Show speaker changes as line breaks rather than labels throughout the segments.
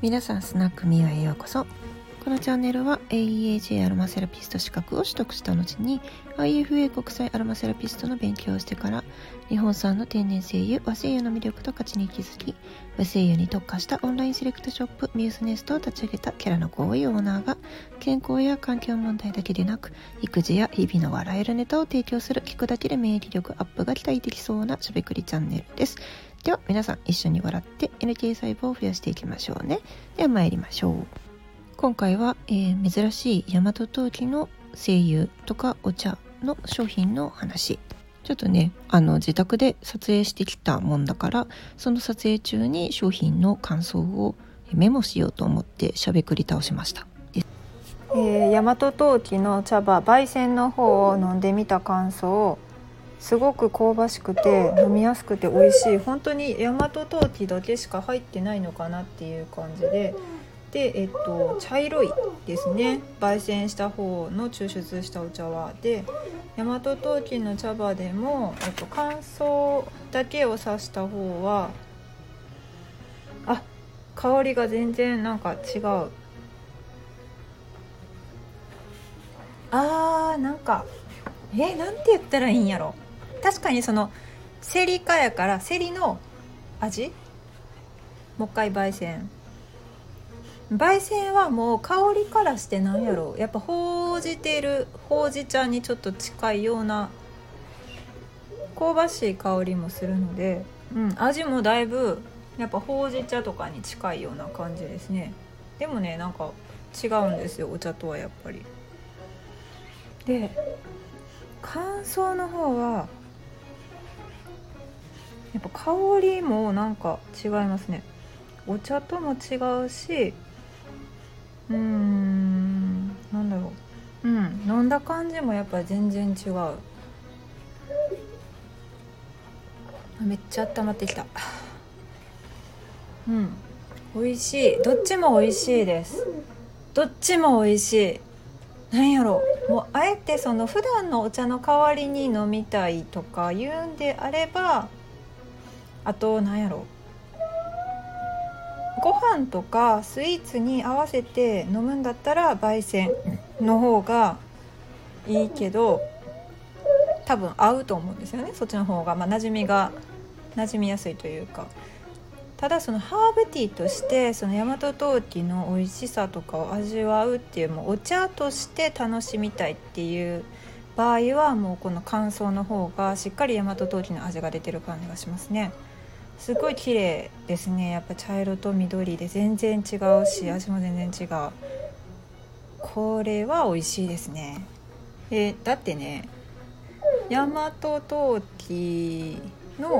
皆さん、スナックミワへようこそ。このチャンネルは AEAJ アロマセラピスト資格を取得した後に IFA 国際アロマセラピストの勉強をしてから日本産の天然精油、和精油の魅力と価値に気づき、和精油に特化したオンラインセレクトショップミューズネストを立ち上げたキャラの多いオーナーが、健康や環境問題だけでなく育児や日々の笑えるネタを提供する、聞くだけで免疫力アップが期待できそうなしゃべくりチャンネルです。では皆さん、一緒に笑って NK 細胞を増やしていきましょうね。では参りましょう。今回は、珍しい大和陶器の精油とかお茶の商品の話。ちょっとね、自宅で撮影してきたもんだから、その撮影中に商品の感想をメモしようと思ってしゃべくり倒しました。
大和陶器の茶葉焙煎の方を飲んでみた感想、すごく香ばしくて飲みやすくて美味しい。本当に大和陶器だけしか入ってないのかなっていう感じで、茶色いですね。焙煎した方の抽出したお茶はで、大和陶器の茶葉でも、乾燥だけをさした方は香りが全然なんか違う。なんかなんて言ったらいいんやろ。確かにそのセリ科やからセリの味。もう一回焙煎はもう香りからしてなんやろ、やっぱほうじ茶にちょっと近いような香ばしい香りもするので、味もだいぶやっぱほうじ茶とかに近いような感じですね。でもね、なんか違うんですよ、お茶とはやっぱり。で、乾燥の方はやっぱ香りもなんか違いますね。お茶とも違うし、なんだろう、飲んだ感じもやっぱり全然違う。めっちゃ温まってきた。美味しい。どっちも美味しいです。どっちも美味しい。なんやろ、もうあえてその普段のお茶の代わりに飲みたいとか言うんであれば、あとなんやろ、ご飯とかスイーツに合わせて飲むんだったら焙煎の方がいいけど、多分合うと思うんですよね、そっちの方が、馴染みやすいというか。ただそのハーブティーとしてその大和陶器の美味しさとかを味わうっていう、もうお茶として楽しみたいっていう場合は、もうこの乾燥の方がしっかり大和陶器の味が出てる感じがしますね。すごい綺麗ですね。やっぱ茶色と緑で全然違うし、味も全然違う。これは美味しいですね。だってね、大和陶器の、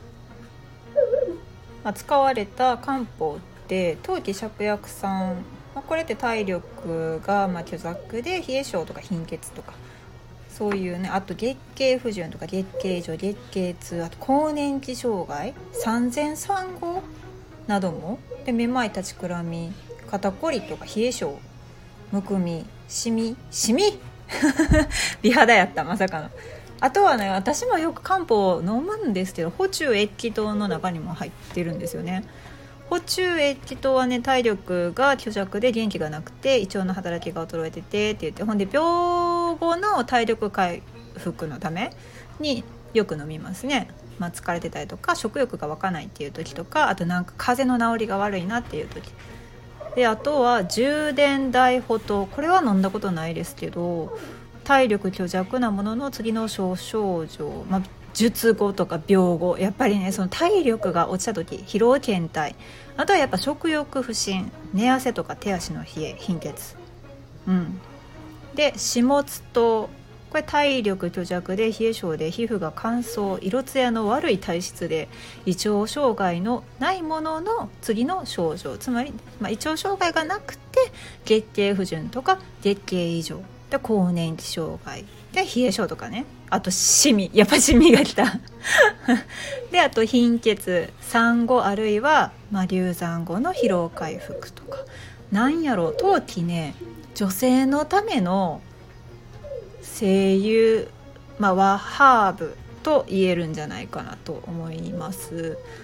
使われた漢方って陶器芍薬散、これって体力が虚弱で冷え性とか貧血とかそういうね、あと月経不順とか月経異常、月経痛、あと更年期障害、産前産後などもで、めまい、立ちくらみ、肩こりとか冷え性、むくみ、シミ美肌やった、まさかの。あとはね、私もよく漢方を飲むんですけど、補中益気湯の中にも入ってるんですよね。補中益気湯はね、体力が虚弱で元気がなくて胃腸の働きが衰えててって言って、ほんで病後の体力回復のためによく飲みますね。疲れてたりとか食欲が湧かないっていう時とか、あとなんか風邪の治りが悪いなっていう時で、あとは充電大補湯、これは飲んだことないですけど、体力虚弱なものの次の症状、術後とか病後、やっぱりね、その体力が落ちた時、疲労倦怠、あとはやっぱ食欲不振、寝汗とか手足の冷え、貧血、で始末と、これ体力虚弱で冷え性で皮膚が乾燥、色艶の悪い体質で胃腸障害のないものの次の症状、つまり、胃腸障害がなくて月経不順とか月経異常で更年期障害で冷え性とかね、あとやっぱシミが来たで、あと貧血、産後あるいは、流産後の疲労回復とか、なんやろ、陶器ね、女性のための精油、ハーブと言えるんじゃないかなと思います。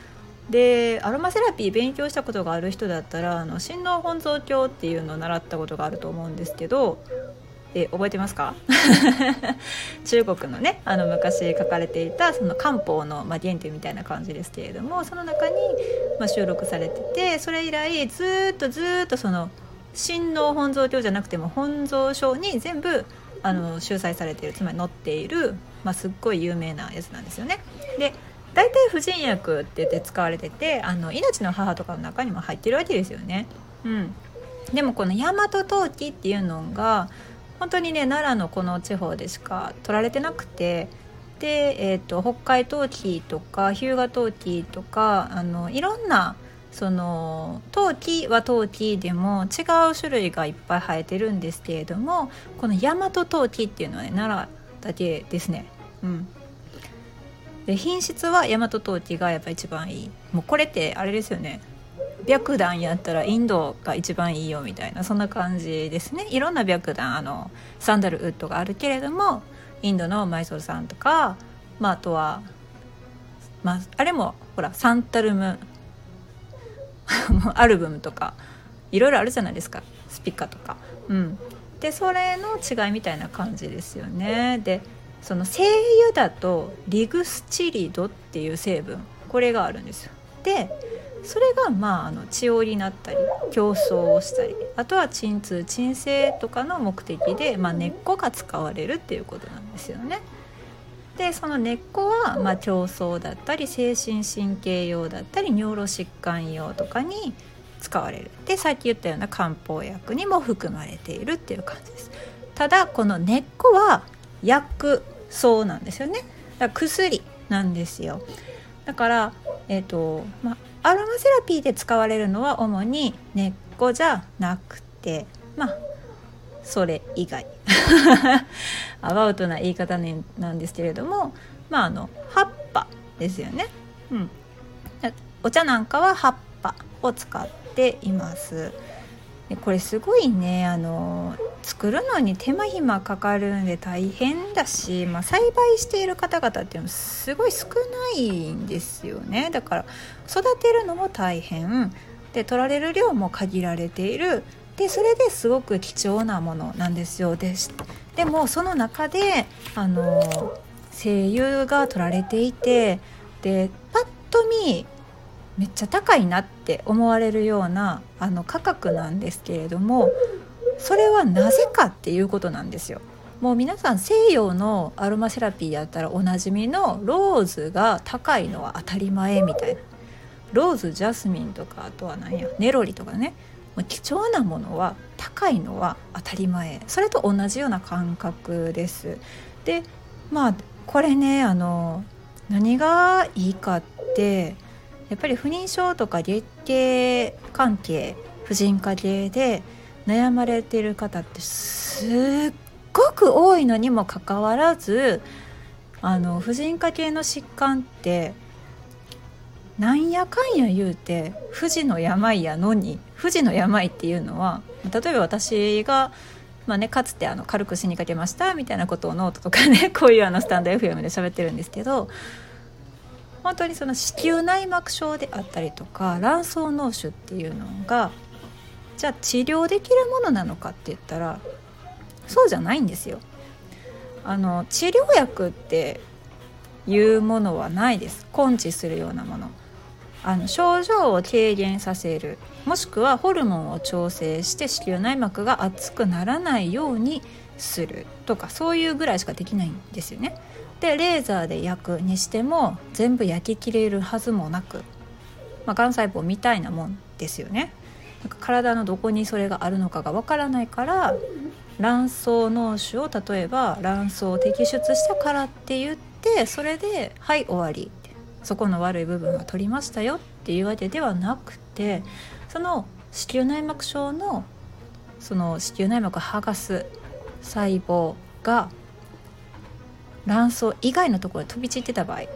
でアロマセラピー勉強したことがある人だったら親王本草経っていうのを習ったことがあると思うんですけど、覚えてますか？中国のね昔書かれていたその漢方の、原点みたいな感じですけれども、その中に、収録されてて、それ以来ずっとその親王本草経じゃなくても本草書に全部収載されている、つまり載っている、すっごい有名なやつなんですよね。で大体婦人薬って言って使われてて命の母とかの中にも入ってるわけですよね。でもこの大和当帰っていうのが本当にね奈良のこの地方でしか取られてなくて、で、北海当帰とか日向当帰とかいろんなその当帰は当帰でも違う種類がいっぱい生えてるんですけれども、この大和当帰っていうのはね奈良だけですね。で品質は大和当帰がやっぱ一番いい。もうこれってあれですよね、白檀やったらインドが一番いいよみたいな、そんな感じですね。いろんな白檀サンダルウッドがあるけれども、インドのマイソルさんとか、あとは、あれもほらサンタルムアルブムとかいろいろあるじゃないですか、スピカとか。でそれの違いみたいな感じですよね。でその精油だとリグスチリドっていう成分、これがあるんですよ。でそれが血をになったり競争をしたり、あとは鎮痛鎮静とかの目的で、根っこが使われるっていうことなんですよね。でその根っこは、競争だったり精神神経用だったり尿路疾患用とかに使われる。でさっき言ったような漢方薬にも含まれているっていう感じです。ただこの根っこは薬草なんですよね。だから薬なんですよ。だからアロマセラピーで使われるのは主に根っこじゃなくて、それ以外アバウトな言い方なんですけれども、葉っぱですよね。お茶なんかは葉っぱを使っています。でこれすごいね作るのに手間暇かかるんで大変だし、栽培している方々っていうのもすごい少ないんですよね。だから育てるのも大変で、取られる量も限られている。でそれですごく貴重なものなんですよ。でもその中で精油が取られていて、でパッと見めっちゃ高いなって思われるような価格なんですけれども、それはなぜかっていうことなんですよ。もう皆さん西洋のアロマセラピーやったらおなじみのローズが高いのは当たり前みたいな、ローズ、ジャスミンとか、あとはネロリとかね、貴重なものは高いのは当たり前、それと同じような感覚です。でこれね何がいいかってやっぱり不妊症とか月経関係婦人科系で悩まれている方ってすっごく多いのにもかかわらず婦人科系の疾患ってなんやかんや言うて不治の病やのに、不治の病っていうのは例えば私がかつて軽く死にかけましたみたいなことをノートとかねこういうスタンド FM で喋ってるんですけど、本当にその子宮内膜症であったりとか卵巣嚢腫っていうのがじゃあ治療できるものなのかって言ったらそうじゃないんですよ。治療薬っていうものはないです。根治するようなもの、症状を軽減させる、もしくはホルモンを調整して子宮内膜が熱くならないようにするとか、そういうぐらいしかできないんですよね。でレーザーで焼くにしても全部焼き切れるはずもなく、がん細胞みたいなもんですよね。なんか体のどこにそれがあるのかがわからないから、卵巣嚢腫を例えば卵巣を摘出したからって言ってそれではい終わり、そこの悪い部分は取りましたよっていうわけではなくて、その子宮内膜症のその子宮内膜を剥がす細胞が卵巣以外のところに飛び散ってた場合、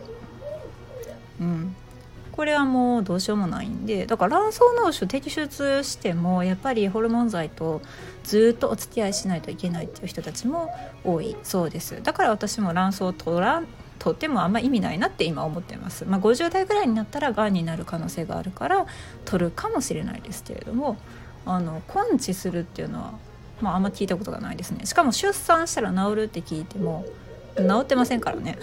これはもうどうしようもないんで、だから卵巣嚢腫摘出してもやっぱりホルモン剤とずっとお付き合いしないといけないっていう人たちも多いそうです。だから私も卵巣取とってもあんま意味ないなって今思ってます。50代ぐらいになったらがんになる可能性があるから取るかもしれないですけれども、根治するっていうのは、あんま聞いたことがないですね。しかも出産したら治るって聞いても治ってませんからね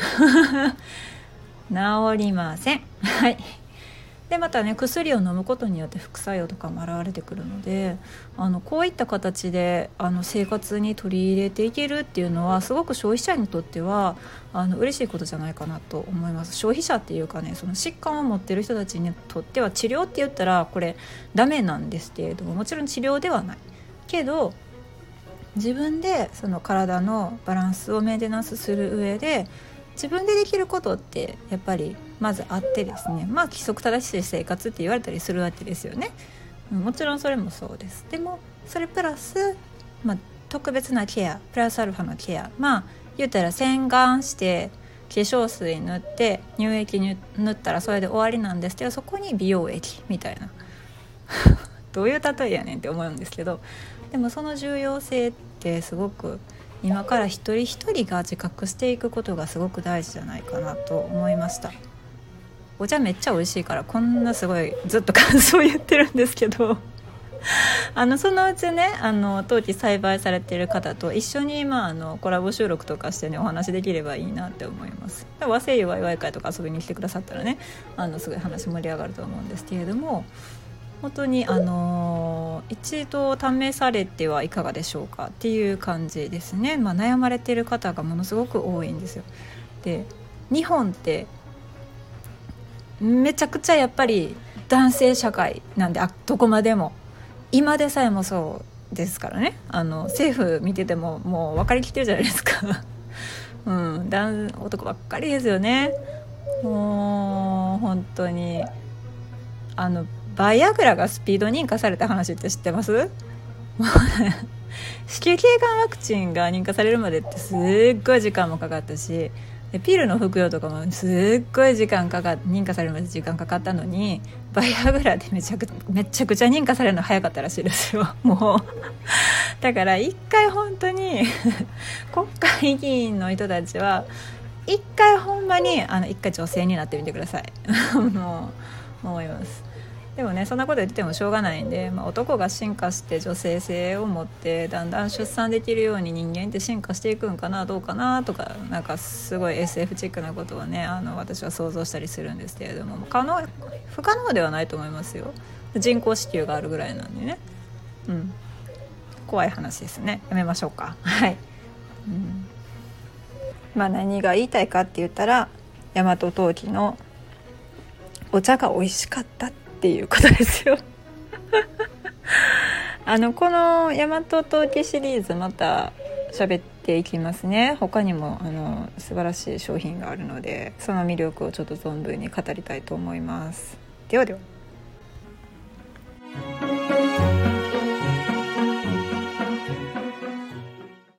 治りませんはい。でまたね、薬を飲むことによって副作用とかも現れてくるので、こういった形で生活に取り入れていけるっていうのはすごく消費者にとっては嬉しいことじゃないかなと思います。消費者っていうかね、その疾患を持ってる人たちにとっては治療って言ったらこれダメなんですけれども、もちろん治療ではないけど、自分でその体のバランスをメンテナンスする上で自分でできることってやっぱりまずあってですね、規則正しい生活って言われたりするわけですよね。もちろんそれもそうです。でもそれプラス、特別なケアプラスアルファのケア、言ったら洗顔して化粧水塗って乳液塗ったらそれで終わりなんですけど、そこに美容液みたいなどういう例えやねんって思うんですけど、でもその重要性ってすごく今から一人一人が自覚していくことがすごく大事じゃないかなと思いました。お茶めっちゃ美味しいからこんなすごいずっと感想を言ってるんですけどそのうちね、当期栽培されている方と一緒にコラボ収録とかしてねお話できればいいなって思います。和製油ワイワイ会とか遊びに来てくださったらね、すごい話盛り上がると思うんですけれども、本当に一度試されてはいかがでしょうかっていう感じですね。悩まれている方がものすごく多いんですよ。で日本ってめちゃくちゃやっぱり男性社会なんで、どこまでも今でさえもそうですからね。政府見ててももう分かりきってるじゃないですか男ばっかりですよね。もう本当にバイアグラがスピード認可された話って知ってます？子宮頸がんワクチンが認可されるまでってすっごい時間もかかったし、でピルの服用とかもすっごい認可されるまで時間かかったのに、バイアグラでめちゃくちゃ認可されるの早かったらしいですよ。もうだから一回本当に国会議員の人たちは一回ほんまに一回女性になってみてくださいもう思います。でもね、そんなこと言ってもしょうがないんで、男が進化して女性性を持ってだんだん出産できるように人間って進化していくんかなどうかなとか、なんかすごい SF チックなことをね私は想像したりするんですけれども、不可能ではないと思いますよ。人工子宮があるぐらいなんでね、怖い話ですね。やめましょうか。はい、何が言いたいかって言ったら、大和陶器のお茶が美味しかったっていうことですよこの大和陶器シリーズまた喋っていきますね。他にも素晴らしい商品があるので、その魅力をちょっと存分に語りたいと思います。ではでは。